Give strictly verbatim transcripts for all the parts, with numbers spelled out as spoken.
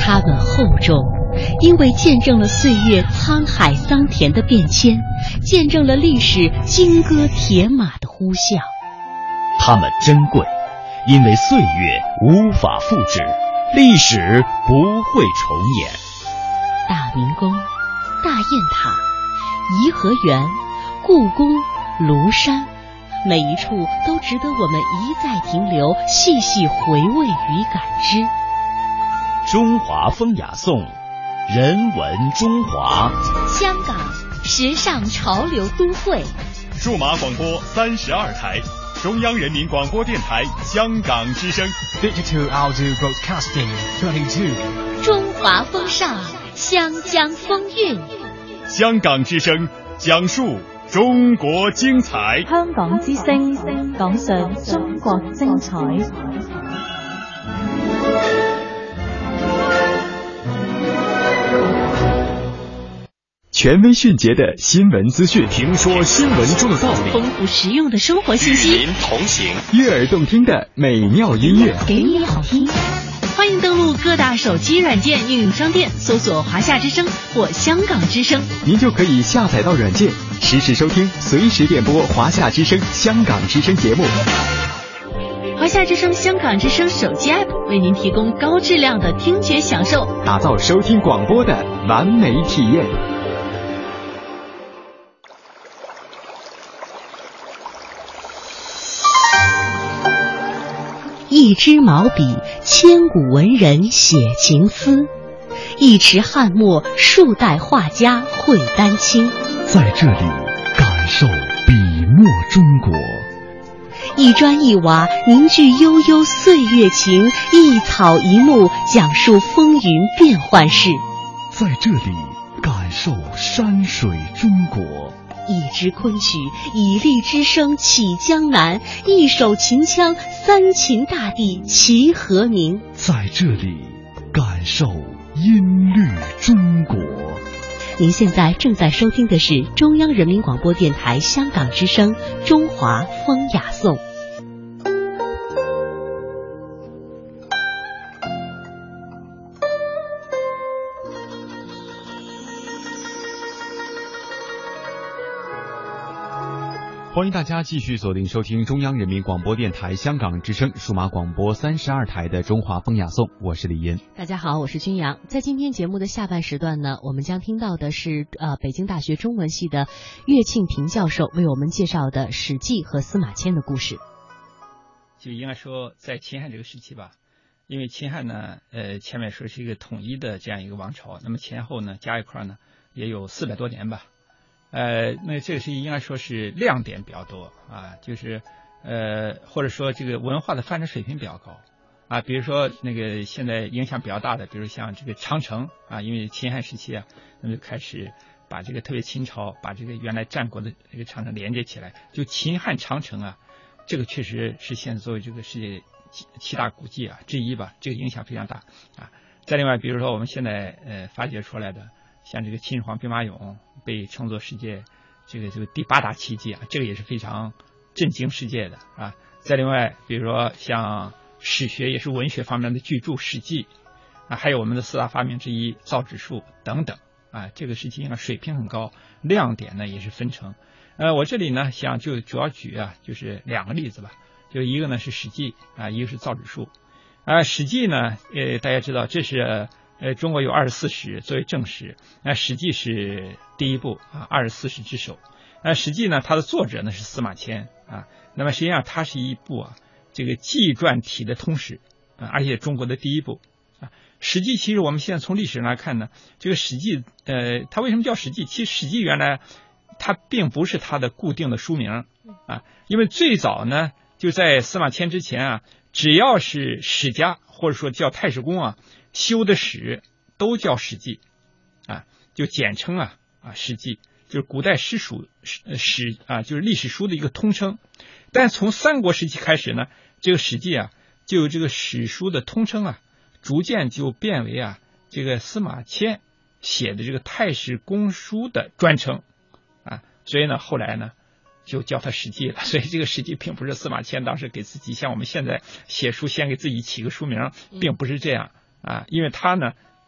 它们厚重，因为见证了岁月沧海桑田的变迁，见证了历史金戈铁马的呼啸。 它们珍贵，因为岁月无法复制，历史不会重演。 大明宫、大雁塔、颐和园、故宫、庐山，每一处都值得我们一再停留，细细回味与感知。 中华风雅颂，人文中华。 香港时尚潮流都会， 数码广播三十二台，中央人民广播电台香港之声 Digital Audio Broadcasting twenty-two， 中华风尚，湘江风韵。 香港之声讲述中国精彩。 香港之聲，講述中國精彩。 权威迅捷的新闻资讯， 评说新闻中的道理， 丰富实用的生活信息， 与您同行， 悦耳动听的美妙音乐， 给你好听。欢迎登录各大手机软件应用商店，搜索华夏之声或香港之声， 您就可以下载到软件，实时收听，随时点播华夏之声、香港之声节目。 华夏之声、香港之声手机 app 为您提供高质量的听觉享受， 打造收听广播的完美体验。 一支毛笔，千古文人写情思；一池汉墨，数代画家绘丹青。 在这里感受笔墨中国。 一砖一瓦，凝聚悠悠岁月情；一草一木，讲述风云变幻事。 在这里感受山水中国。 一支昆曲，以力之声起江南；一首秦腔，三秦大地齐和鸣。 在这里感受音律中国。 您现在正在收听的是中央人民广播电台香港之声《中华风雅颂》。 欢迎大家继续锁定收听中央人民广播电台香港之声数码广播三十二台的中华风雅颂，我是李岩。 大家好，我是君阳。在今天节目的下半时段呢，我们将听到的是呃北京大学中文系的岳庆平教授为我们介绍的《史记》和司马迁的故事。 就应该说在秦汉这个时期吧，因为秦汉呢呃前面说是一个统一的这样一个王朝，那么前后呢加一块呢也有四百多年吧。呃，那这个是应该说是亮点比较多啊，就是呃，或者说这个文化的发展水平比较高啊，比如说那个现在影响比较大的，比如像这个长城啊，因为秦汉时期啊，那么就开始把这个特别秦朝把这个原来战国的这个长城连接起来，就秦汉长城啊，这个确实是现在作为这个世界七七大古迹啊之一吧，这个影响非常大啊。再另外，比如说我们现在呃发掘出来的。像这个秦始皇兵马俑被称作世界这个这个第八大奇迹啊，这个也是非常震惊世界的啊。再另外，比如说像史学也是文学方面的巨著《史记》啊，还有我们的四大发明之一造纸术等等啊，这个事情呢水平很高，亮点呢也是纷呈。呃，我这里呢想就主要举啊就是两个例子吧，就一个呢是《史记》啊，一个是造纸术啊。《史记》呢，呃，大家知道这是。呃，中国有二十四史作为正史，那《史记》是第一部啊，二十四史之首。那《史记》呢，它的作者呢是司马迁啊。那么实际上它是一部啊这个纪传体的通史啊，而且中国的第一部啊。《史记》其实我们现在从历史上来看呢，这个《史记》呃，它为什么叫《史记》？其实《史记》原来它并不是它的固定的书名啊，因为最早呢就在司马迁之前啊，只要是史家或者说叫太史公啊。修的史都叫史记啊，就简称啊啊史记，就是古代史书史啊，就是历史书的一个通称。但从三国时期开始呢，这个史记啊，就有这个史书的通称啊，逐渐就变为啊这个司马迁写的这个太史公书的专称啊，所以呢后来呢就叫它史记了。所以这个史记并不是司马迁当时给自己像我们现在写书先给自己起个书名，并不是这样。啊，因为他呢，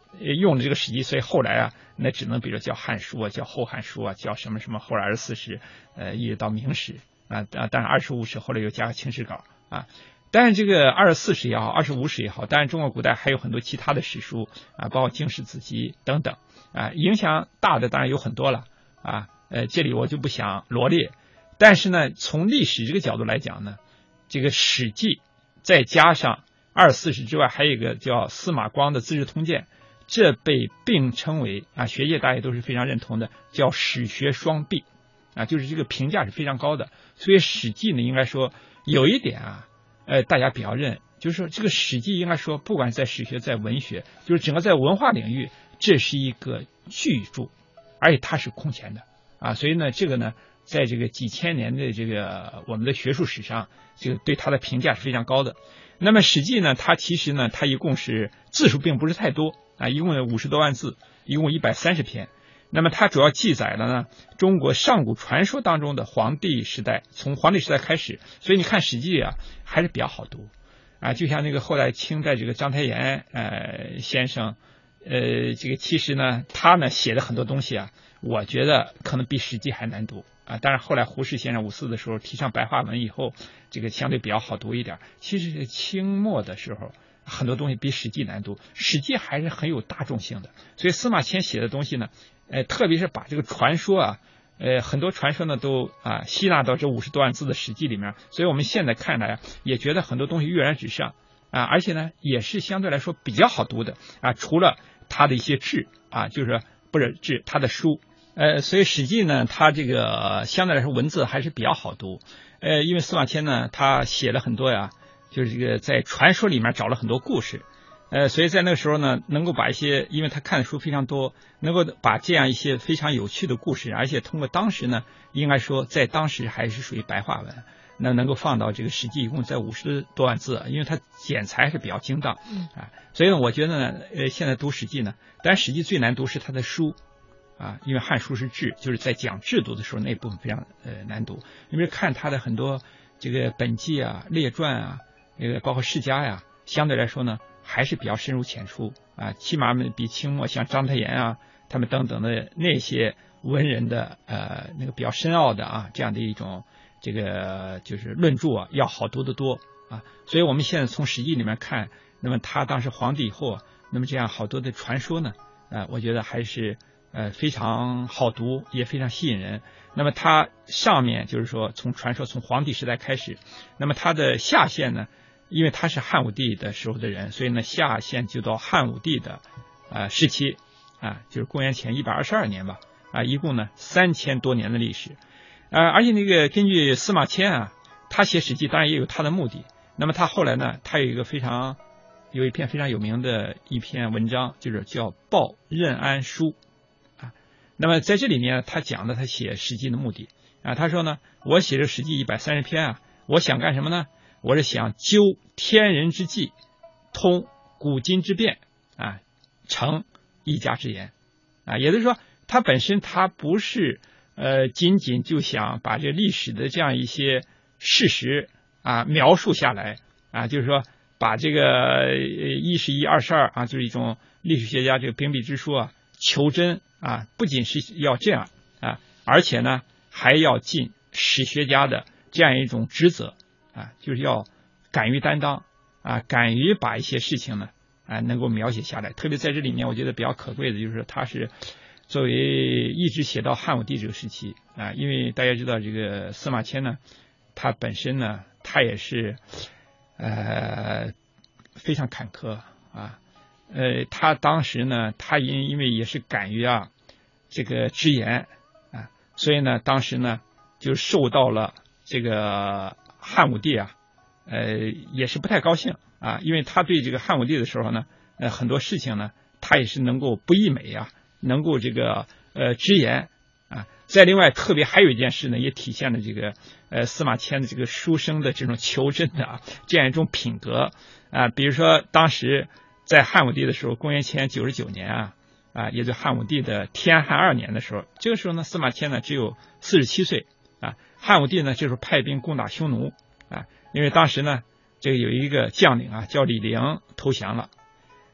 用了这个史记，所以后来啊，那只能比如叫汉书啊，叫后汉书啊，叫什么什么后来二十四史，呃，一直到明史啊啊，当然二十五史后来又加个清史稿啊。但是这个二十四史也好，二十五史也好，当然中国古代还有很多其他的史书啊，包括经史子集等等啊，影响大的当然有很多了啊，呃，这里我就不想罗列。但是呢，从历史这个角度来讲呢，这个史记再加上二十四史之外，还有一个叫司马光的《资治通鉴》，这被并称为啊，学界大家都是非常认同的，叫史学双璧啊，就是这个评价是非常高的。所以史记呢，应该说有一点啊。呃，大家比较认，就是说这个《史记》应该说，不管在史学、在文学，就是整个在文化领域，这是一个巨著，而且它是空前的啊。所以呢，这个呢，在这个几千年的这个我们的学术史上，这个对它的评价是非常高的。那么《史记》呢，它其实呢，它一共是字数并不是太多啊，一共有五十多万字，一共一百三十篇。那么它主要记载了呢中国上古传说当中的黄帝时代，从黄帝时代开始，所以你看《史记》啊还是比较好读啊。就像那个后来清代这个章太炎呃先生，呃这个其实呢他呢写的很多东西啊，我觉得可能比《史记》还难读啊。当然后来胡适先生五四的时候提倡白话文以后，这个相对比较好读一点。其实是清末的时候，很多东西比《史记》难读，《史记》还是很有大众性的。所以司马迁写的东西呢。呃，特别是把这个传说啊，呃，很多传说呢都啊吸纳到这五十多万字的史记里面，所以我们现在看来啊，也觉得很多东西跃然纸上啊，而且呢也是相对来说比较好读的啊，除了它的一些志啊，就是不是志，它的书，呃，所以史记呢，它这个相对来说文字还是比较好读，呃，因为司马迁呢，他写了很多呀，就是这个在传说里面找了很多故事。呃，所以在那个时候呢，能够把一些，因为他看的书非常多，能够把这样一些非常有趣的故事，而且通过当时呢，应该说在当时还是属于白话文，那能够放到这个《史记》，一共在五十多万字，因为它剪裁是比较精当啊，所以呢，我觉得呢，呃，现在读《史记》呢，当然《史记》最难读是它的书啊，因为汉书是制，就是在讲制度的时候那部分非常呃难读，因为看它的很多这个本纪啊、列传啊，那个包括世家呀，相对来说呢。还是比较深入浅出啊，起码比清末像章太炎啊，他们等等的那些文人的呃那个比较深奥的啊这样的一种这个就是论著啊要好读得多啊。所以我们现在从《史记》里面看，那么他当时皇帝以后啊，那么这样好多的传说呢，啊、呃，我觉得还是呃非常好读，也非常吸引人。那么它上面就是说从传说从黄帝时代开始，那么它的下线呢？因为他是汉武帝的时候的人，所以呢下线就到汉武帝的呃时期啊，就是公元前一百二十二年吧啊，一共呢三千多年的历史，呃，而且那个根据司马迁啊，他写《史记》当然也有他的目的。那么他后来呢，他有一个非常有一篇非常有名的一篇文章，就是叫《报任安书》啊。那么在这里面他讲了他写《史记》的目的啊，他说呢，我写这《史记》一百三十篇啊，我想干什么呢？我是想究天人之际，通古今之变啊，成一家之言啊。也就是说，他本身他不是呃仅仅就想把这历史的这样一些事实啊描述下来啊，就是说把这个一是一，二是二啊，就是一种历史学家这个秉笔直说啊，求真啊，不仅是要这样啊，而且呢还要尽史学家的这样一种职责。啊，就是要敢于担当啊，敢于把一些事情呢啊能够描写下来。特别在这里面，我觉得比较可贵的就是他是作为一直写到汉武帝这个时期啊，因为大家知道这个司马迁呢，他本身呢，他也是呃非常坎坷啊，呃，他当时呢，他因因为也是敢于啊这个直言啊，所以呢，当时呢就受到了这个。汉武帝啊，呃，也是不太高兴啊，因为他对这个汉武帝的时候呢，呃，很多事情呢，他也是能够不溢美啊，能够这个呃直言啊。再另外，特别还有一件事呢，也体现了这个呃司马迁的这个书生的这种求真的啊这样一种品格啊。比如说，当时在汉武帝的时候，公元前九十九年啊啊，也就汉武帝的天汉二年的时候，这个时候呢，司马迁呢只有四十七岁。啊，汉武帝呢，这时候派兵攻打匈奴啊，因为当时呢，这个有一个将领啊，叫李陵投降了。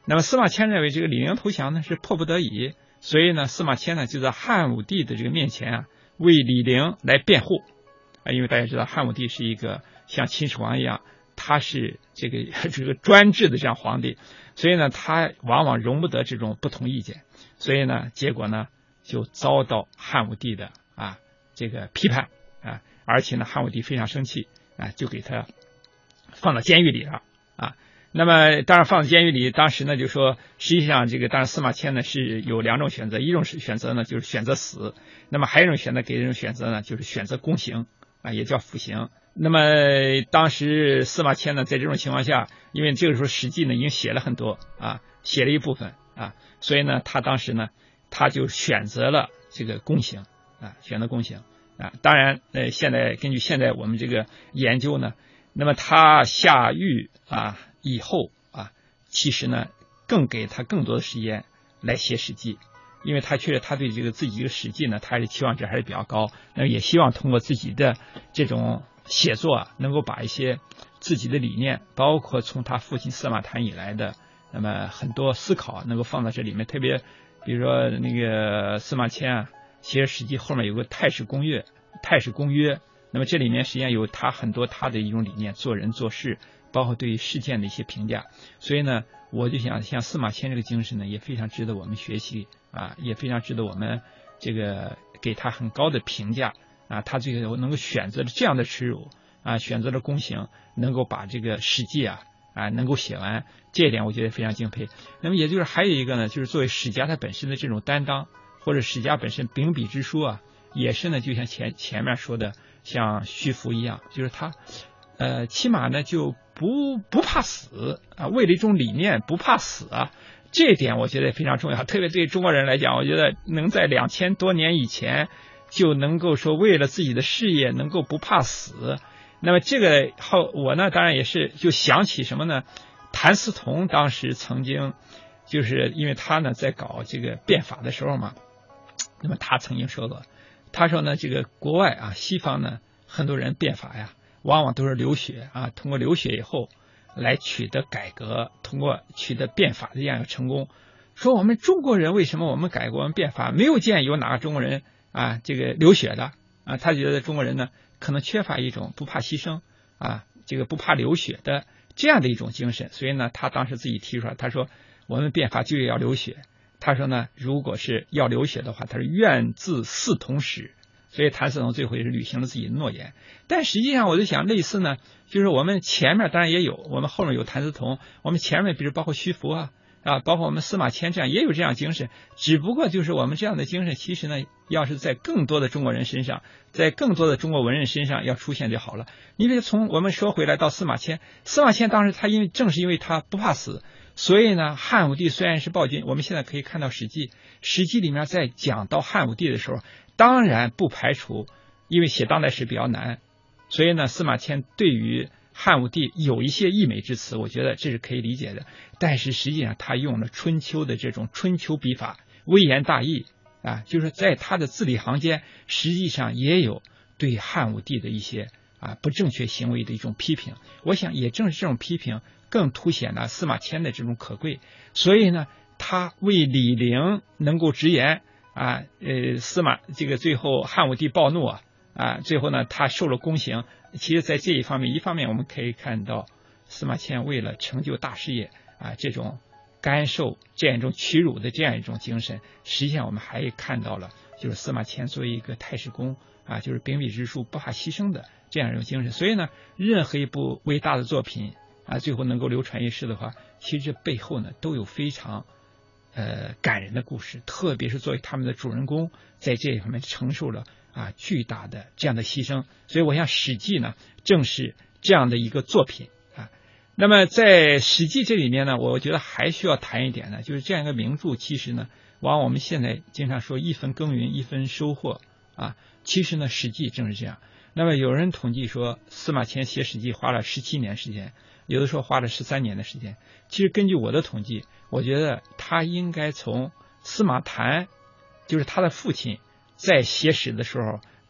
那么司马迁认为这个李陵投降呢是迫不得已，所以呢司马迁呢就在汉武帝的这个面前啊为李陵来辩护啊，因为大家知道汉武帝是一个像秦始皇一样，他是这个这个专制的这样皇帝，所以呢他往往容不得这种不同意见，所以呢结果呢就遭到汉武帝的啊这个批判啊，而且呢汉武帝非常生气啊，就给他放到监狱里了啊。那么当然放在监狱里，当时呢就说，实际上这个当然司马迁呢是有两种选择，一种是选择呢就是选择死，那么还有一种选择给人选择呢就是选择宫刑啊，也叫腐刑。那么当时司马迁呢在这种情况下，因为这个时候《史记》呢已经写了很多啊，写了一部分啊，所以呢他当时呢他就选择了这个宫刑啊，选择宫刑啊。当然呃现在根据现在我们这个研究呢，那么他下狱啊以后啊，其实呢更给他更多的时间来写《史记》，因为他确实他对这个自己这个《史记》呢，他是期望值还是比较高，那么也希望通过自己的这种写作啊，能够把一些自己的理念，包括从他父亲司马谈以来的那么很多思考能够放到这里面。特别比如说那个司马迁啊写《史记》后面有个太史公约，太史公约，那么这里面实际上有他很多他的一种理念，做人做事，包括对于事件的一些评价。所以呢我就想像司马迁这个精神呢也非常值得我们学习啊，也非常值得我们这个给他很高的评价啊，他最后能够选择了这样的耻辱啊，选择了宫刑，能够把这个《史记》啊啊能够写完，这一点我觉得非常敬佩。那么也就是还有一个呢，就是作为史家他本身的这种担当，或者史家本身秉笔之书啊，也是呢就像前前面说的像徐福一样，就是他呃起码呢就不不怕死啊，为了一种理念不怕死啊，这一点我觉得非常重要。特别对中国人来讲，我觉得能在两千多年以前就能够说为了自己的事业能够不怕死，那么这个后我呢当然也是就想起什么呢，谭嗣同当时曾经就是因为他呢在搞这个变法的时候嘛，那么他曾经说过，他说呢这个国外啊西方呢很多人变法呀往往都是流血啊，通过流血以后来取得改革，通过取得变法的这样一个成功。说我们中国人为什么我们改革我们变法没有见有哪个中国人啊这个流血的啊，他觉得中国人呢可能缺乏一种不怕牺牲啊，这个不怕流血的这样的一种精神，所以呢他当时自己提出来，他说我们变法就要流血，他说呢如果是要流血的话，他是愿自嗣同始，所以谭嗣同最后也是履行了自己的诺言。但实际上我就想类似呢，就是我们前面当然也有，我们后面有谭嗣同，我们前面比如包括徐福啊啊，包括我们司马迁这样也有这样精神，只不过就是我们这样的精神其实呢要是在更多的中国人身上，在更多的中国文人身上要出现就好了。你比如从我们说回来到司马迁，司马迁当时他因为正是因为他不怕死，所以呢汉武帝虽然是暴君，我们现在可以看到史记史记里面在讲到汉武帝的时候，当然不排除因为写当代史比较难，所以呢司马迁对于汉武帝有一些溢美之词，我觉得这是可以理解的，但是实际上他用了春秋的这种春秋笔法，微言大义啊，就是在他的字里行间实际上也有对汉武帝的一些啊不正确行为的一种批评。我想也正是这种批评更凸显了司马迁的这种可贵，所以呢他为李陵能够直言啊，呃司马这个最后汉武帝暴怒啊啊，最后呢他受了宫刑。其实在这一方面，一方面我们可以看到司马迁为了成就大事业啊这种甘受这样一种屈辱的这样一种精神，实际上我们还看到了就是司马迁作为一个太史公啊，就是秉笔之书不怕牺牲的这样一种精神。所以呢任何一部伟大的作品啊最后能够流传于世的话，其实这背后呢都有非常呃感人的故事，特别是作为他们的主人公在这方面承受了啊巨大的这样的牺牲。所以我想史记呢正是这样的一个作品啊。那么在史记这里面呢，我觉得还需要谈一点呢，就是这样一个名著，其实呢往往我们现在经常说一分耕耘一分收获啊，其实呢史记正是这样。那么有人统计说司马迁写史记花了十七年时间，有的说花了十三年的时间。其实根据我的统计，我觉得他应该从司马谈就是他的父亲在写史的时候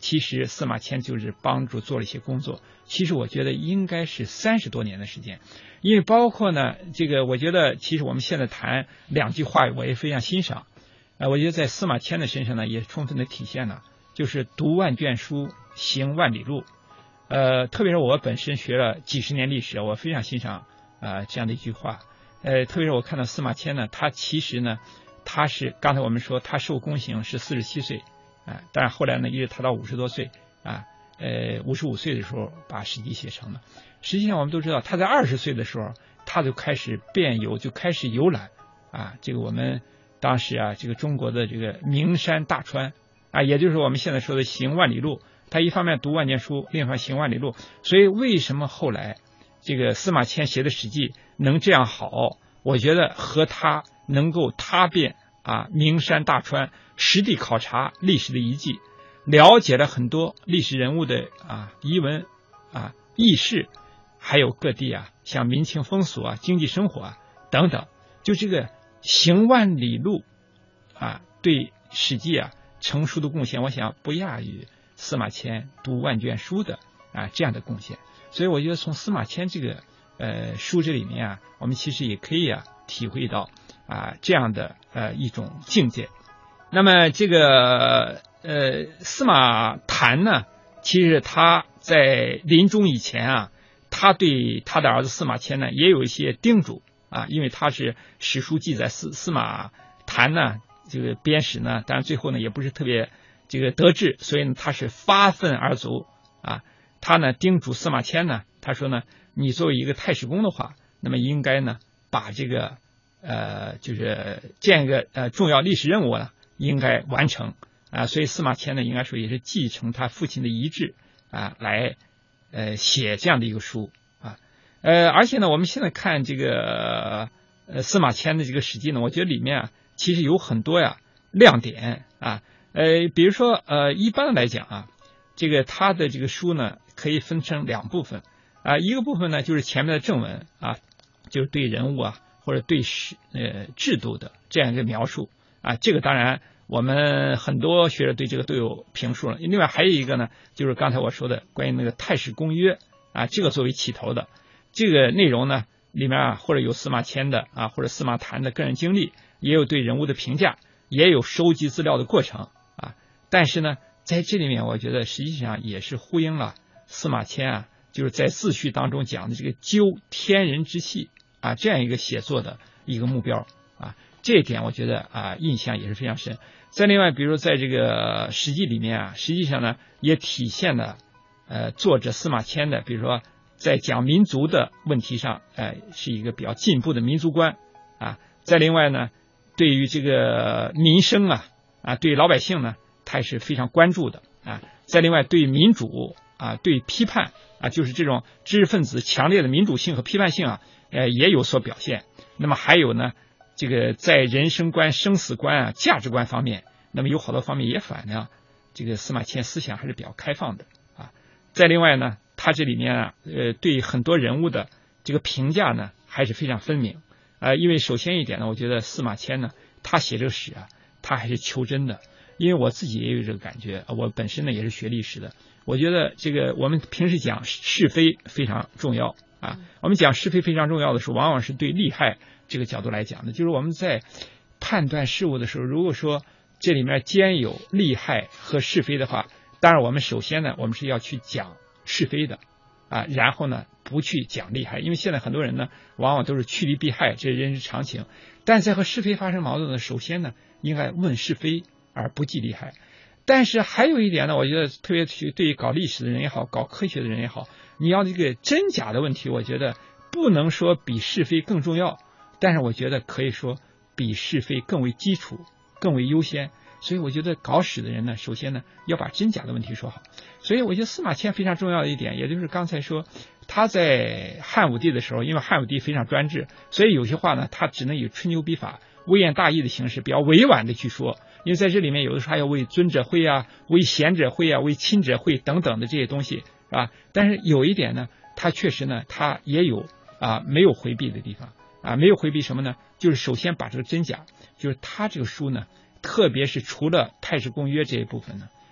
其实司马迁就是帮助做了一些工作。其实我觉得应该是三十多年的时间，因为包括呢，这个我觉得其实我们现在谈两句话，我也非常欣赏。呃，我觉得在司马迁的身上呢，也充分的体现了，就是读万卷书，行万里路。呃，特别是我本身学了几十年历史，我非常欣赏啊、呃、这样的一句话。呃，特别是我看到司马迁呢，他其实呢，他是刚才我们说他受宫刑是四十七岁啊，但是后来呢，一直他到五十多岁啊，呃，五十五岁的时候把《史记》写成了。实际上我们都知道，他在二十岁的时候，他就开始遍游，就开始游览啊，这个我们当时啊，这个中国的这个名山大川啊，也就是我们现在说的行万里路。他一方面读万卷书，另一方面行万里路。所以为什么后来这个司马迁写的《史记》能这样好？我觉得和他能够踏遍啊名山大川，实地考察历史的遗迹，了解了很多历史人物的啊遗文啊轶事，还有各地啊像民情风俗啊、经济生活啊等等，就这个行万里路啊，对《史记》啊成书的贡献，我想不亚于司马迁读万卷书的啊这样的贡献。所以我觉得从司马迁这个呃书这里面啊，我们其实也可以啊体会到啊这样的呃一种境界。那么这个呃司马谈呢，其实他在临终以前啊，他对他的儿子司马迁呢也有一些叮嘱啊，因为他是史书记载司司马谈呢这个编史呢，当然最后呢也不是特别这个得志，所以呢他是发愤而足啊。他呢叮嘱司马迁呢，他说呢，你作为一个太史公的话，那么应该呢把这个呃就是这样一个呃重要历史任务呢应该完成啊。所以司马迁呢应该说也是继承他父亲的遗志啊，来呃写这样的一个书啊。呃而且呢我们现在看这个呃司马迁的这个史记呢，我觉得里面啊其实有很多呀亮点啊。呃，比如说，呃，一般来讲啊，这个他的这个书呢，可以分成两部分啊。一个部分呢，就是前面的正文啊，就是对人物啊或者对史呃制度的这样一个描述啊。这个当然我们很多学者对这个都有评述了。另外还有一个呢，就是刚才我说的关于那个太史公约啊，这个作为起头的这个内容呢，里面啊或者有司马迁的啊或者司马谈的个人经历，也有对人物的评价，也有收集资料的过程。但是呢，在这里面，我觉得实际上也是呼应了司马迁啊，就是在自序当中讲的这个究天人之气啊，这样一个写作的一个目标啊，这一点我觉得啊印象也是非常深。再另外，比如说在这个《史记》里面啊，实际上呢也体现了呃作者司马迁的，比如说在讲民族的问题上，呃是一个比较进步的民族观啊。再另外呢，对于这个民生啊啊，对老百姓呢，他也是非常关注的啊。再另外对民主啊，对批判啊，就是这种知识分子强烈的民主性和批判性啊，呃也有所表现。那么还有呢，这个在人生观、生死观啊、价值观方面，那么有好多方面也反映这个司马迁思想还是比较开放的啊。再另外呢，他这里面啊，呃对很多人物的这个评价呢还是非常分明啊。因为首先一点呢，我觉得司马迁呢，他写这个史啊，他还是求真的。因为我自己也有这个感觉，我本身呢也是学历史的，我觉得这个我们平时讲是非非常重要啊。我们讲是非非常重要的时候，往往是对利害这个角度来讲的，就是我们在判断事物的时候，如果说这里面兼有利害和是非的话，当然我们首先呢，我们是要去讲是非的啊，然后呢不去讲利害，因为现在很多人呢往往都是趋利避害，这是人之常情。但在和是非发生矛盾的，首先呢应该问是非而不计利害。但是还有一点呢，我觉得特别对于搞历史的人也好，搞科学的人也好，你要这个真假的问题，我觉得不能说比是非更重要，但是我觉得可以说比是非更为基础，更为优先。所以我觉得搞史的人呢，首先呢要把真假的问题说好。所以我觉得司马迁非常重要的一点，也就是刚才说他在汉武帝的时候，因为汉武帝非常专制，所以有些话呢他只能以春秋笔法微言大义的形式比较委婉的去说。因为在这里面有的时候还要为尊者讳啊，为贤者讳啊，为亲者讳等等的这些东西啊。但是有一点呢，他确实呢他也有啊没有回避的地方啊。没有回避什么呢？就是首先把这个真假，就是他这个书呢，特别是除了太史公约这一部分呢，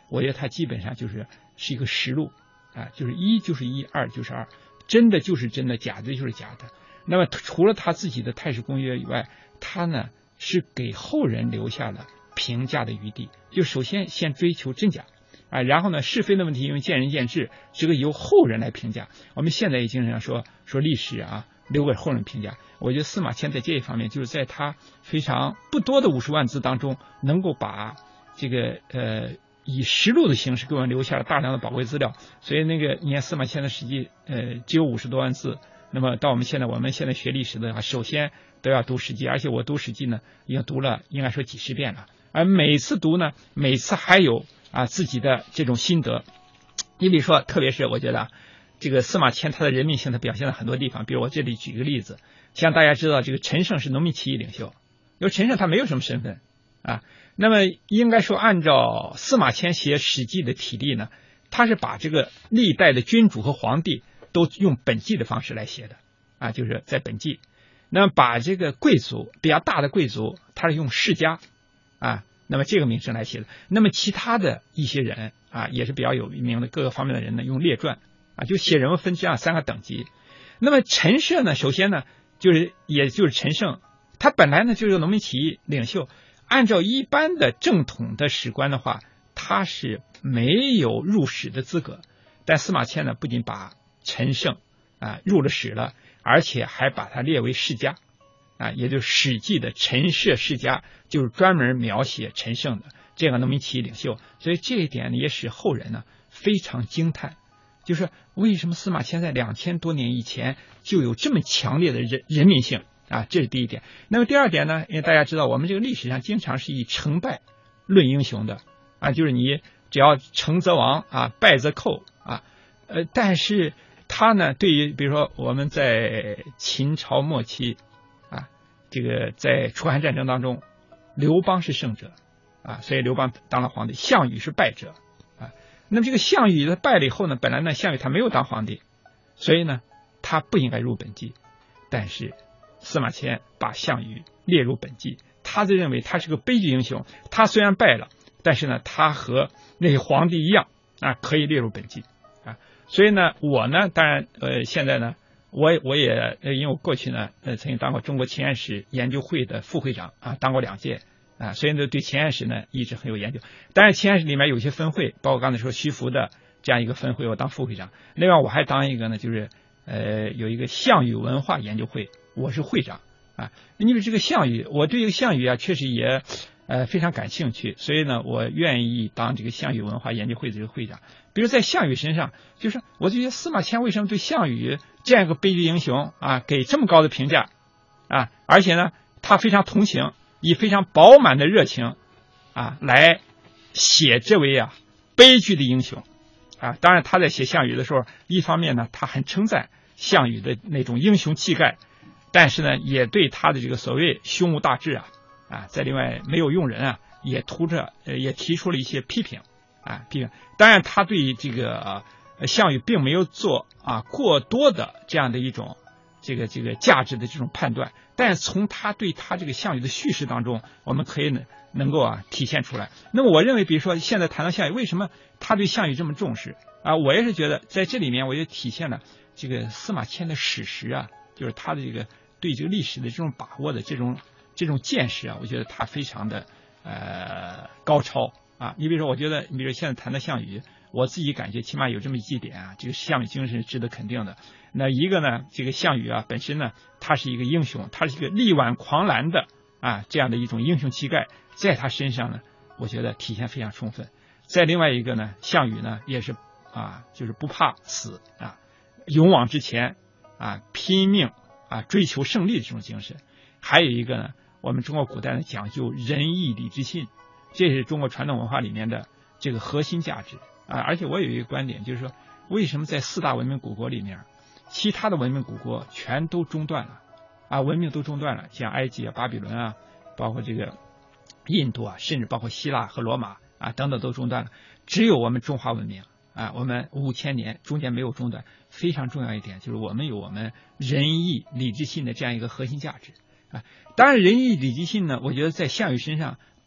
我觉得它基本上就是是一个实录啊，就是一就是一，二就是二，真的就是真的，假的就是假的。那么除了他自己的太史公约以外，他呢是给后人留下了评价的余地，就首先先追求真假啊，然后呢是非的问题因为见仁见智，这个由后人来评价。我们现在也经常说说历史啊，留给后人评价。我觉得司马迁在这一方面，就是在他非常不多的五十万字当中，能够把这个呃以实录的形式给我们留下了大量的宝贵资料。所以那个你看司马迁的史记呃只有五十多万字，那么到我们现在我们现在学历史的话，首先都要读史记，而且我读史记呢已经读了应该说几十遍了，而每次读呢每次还有啊自己的这种心得。你比如说特别是我觉得这个司马迁他的人民性他表现在很多地方，比如我这里举个例子，像大家知道这个陈胜是农民起义领袖，因为陈胜他没有什么身份啊，那么应该说按照司马迁写史记的体例呢，他是把这个历代的君主和皇帝都用本纪的方式来写的啊，就是在本纪。那么把这个贵族比较大的贵族，他是用世家啊，那么这个名称来写的。那么其他的一些人啊，也是比较有名的各个方面的人呢，用列传啊，就写人物分这样三个等级。那么陈胜呢，首先呢，就是也就是陈胜，他本来呢就是农民起义领袖，按照一般的正统的史官的话，他是没有入史的资格。但司马迁呢，不仅把陈胜啊入了史了，而且还把他列为世家啊，也就是《史记》的陈涉世家，就是专门描写陈胜的这个农民起义领袖。所以这一点呢，也使后人呢非常惊叹，就是为什么司马迁在两千多年以前就有这么强烈的人人民性啊？这是第一点。那么第二点呢，因为大家知道我们这个历史上经常是以成败论英雄的啊，就是你只要成则亡啊，败则寇啊，呃，但是他呢，对于比如说我们在秦朝末期啊，这个在楚汉战争当中，刘邦是胜者啊，所以刘邦当了皇帝，项羽是败者啊。那么这个项羽他败了以后呢，本来呢项羽他没有当皇帝，所以呢他不应该入本纪，但是司马迁把项羽列入本纪，他就认为他是个悲剧英雄，他虽然败了，但是呢他和那个皇帝一样啊，可以列入本纪啊。所以呢，我呢，当然，呃，现在呢，我我也，呃，因为我过去呢，呃，曾经当过中国秦汉史研究会的副会长啊，当过两届啊，所以呢，对秦汉史呢一直很有研究。当然，秦汉史里面有些分会，包括刚才说徐福的这样一个分会，我当副会长。另外，我还当一个呢，就是呃，有一个项羽文化研究会，我是会长啊。因为这个项羽，我对这个项羽啊，确实也呃非常感兴趣，所以呢，我愿意当这个项羽文化研究会的这个会长。比如在项羽身上，就是我就觉得司马迁为什么对项羽这样一个悲剧英雄啊给这么高的评价啊，而且呢他非常同情，以非常饱满的热情啊来写这位啊悲剧的英雄啊。当然他在写项羽的时候，一方面呢他很称赞项羽的那种英雄气概，但是呢也对他的这个所谓胸无大志啊啊在另外没有用人啊也图着呃也提出了一些批评啊，批评。当然，他对这个呃项羽并没有做啊过多的这样的一种这个这个价值的这种判断，但是从他对他这个项羽的叙事当中，我们可以呢能够啊体现出来。那么我认为，比如说现在谈到项羽，为什么他对项羽这么重视啊？我也是觉得在这里面，我也体现了这个司马迁的史实啊，就是他的这个对这个历史的这种把握的这种这种见识啊，我觉得他非常的呃高超。啊，你比如说，我觉得，你比如说现在谈到项羽，我自己感觉起码有这么几点啊，这个项羽精神是值得肯定的。那一个呢，这个项羽啊本身呢，他是一个英雄，他是一个力挽狂澜的啊这样的一种英雄气概，在他身上呢，我觉得体现非常充分。再另外一个呢，项羽呢也是啊，就是不怕死啊，勇往直前啊，拼命啊追求胜利的这种精神。还有一个呢，我们中国古代呢讲究仁义礼智信。这是中国传统文化里面的这个核心价值啊！而且我有一个观点，就是说，为什么在四大文明古国里面，其他的文明古国全都中断了啊？文明都中断了，像埃及啊、巴比伦啊，包括这个印度啊，甚至包括希腊和罗马啊等等都中断了，只有我们中华文明啊，我们五千年中间没有中断。非常重要一点就是我们有我们仁义礼智信的这样一个核心价值啊。当然，仁义礼智信呢，我觉得在项羽身上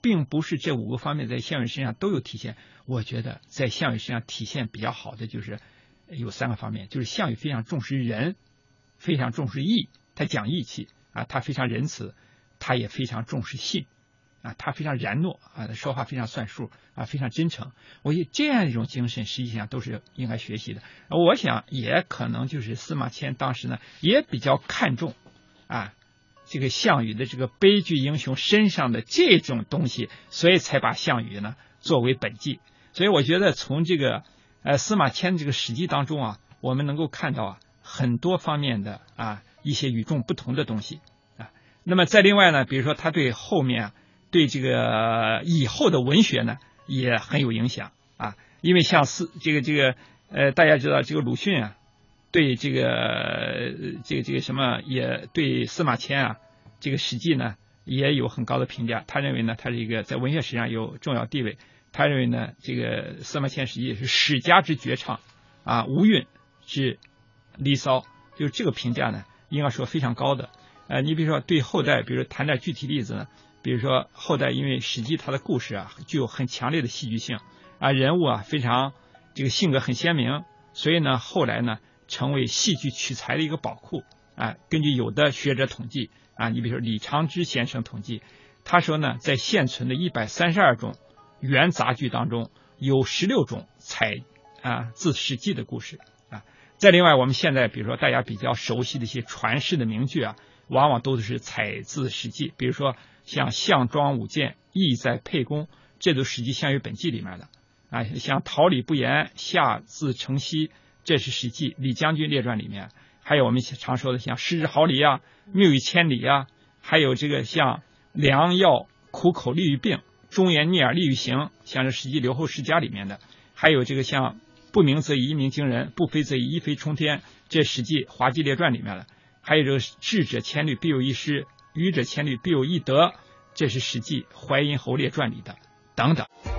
并不是这五个方面在项羽身上都有体现。我觉得在项羽身上体现比较好的就是有三个方面，就是项羽非常重视仁，非常重视义，他讲义气啊，他非常仁慈，他也非常重视信啊，他非常然诺啊，说话非常算数啊，非常真诚。我觉得这样一种精神实际上都是应该学习的。我想也可能就是司马迁当时呢也比较看重啊这个项羽的这个悲剧英雄身上的这种东西，所以才把项羽呢作为本纪。所以我觉得从这个呃司马迁这个史记当中啊，我们能够看到啊很多方面的啊一些与众不同的东西啊。那么再另外呢，比如说他对后面啊对这个以后的文学呢也很有影响啊，因为像司这个这个呃大家知道这个鲁迅啊对这个这个这个什么也对司马迁啊这个史记呢也有很高的评价，他认为呢他是一个在文学史上有重要地位。他认为呢，这个司马迁史记是史家之绝唱啊，无韵之离骚，就是这个评价呢，应该说非常高的。呃，你比如说对后代，比如谈点具体例子呢，比如说后代因为史记它的故事啊具有很强烈的戏剧性啊，人物啊非常这个性格很鲜明，所以呢后来呢成为戏剧取材的一个宝库啊。根据有的学者统计啊，你比如说李长之先生统计，他说呢，在现存的一百三十二种元杂剧当中，有十六种采啊自史记的故事啊。再另外，我们现在比如说大家比较熟悉的一些传世的名句啊，往往都是采自史记，比如说像项庄舞剑，意在沛公，这都史记项羽本纪里面的啊。像桃李不言，下自成蹊，这是史记李将军列传里面。还有我们常说的像失之毫厘啊，谬以千里啊，还有这个像良药苦口利于病，忠言逆耳利于行，像是史记刘后世家里面的。还有这个像不鸣则已，一鸣惊人，不飞则已，一飞冲天，这史记滑稽列传里面的。还有这个智者千虑必有一失，愚者千虑必有一得，这是史记淮阴侯列传里的等等。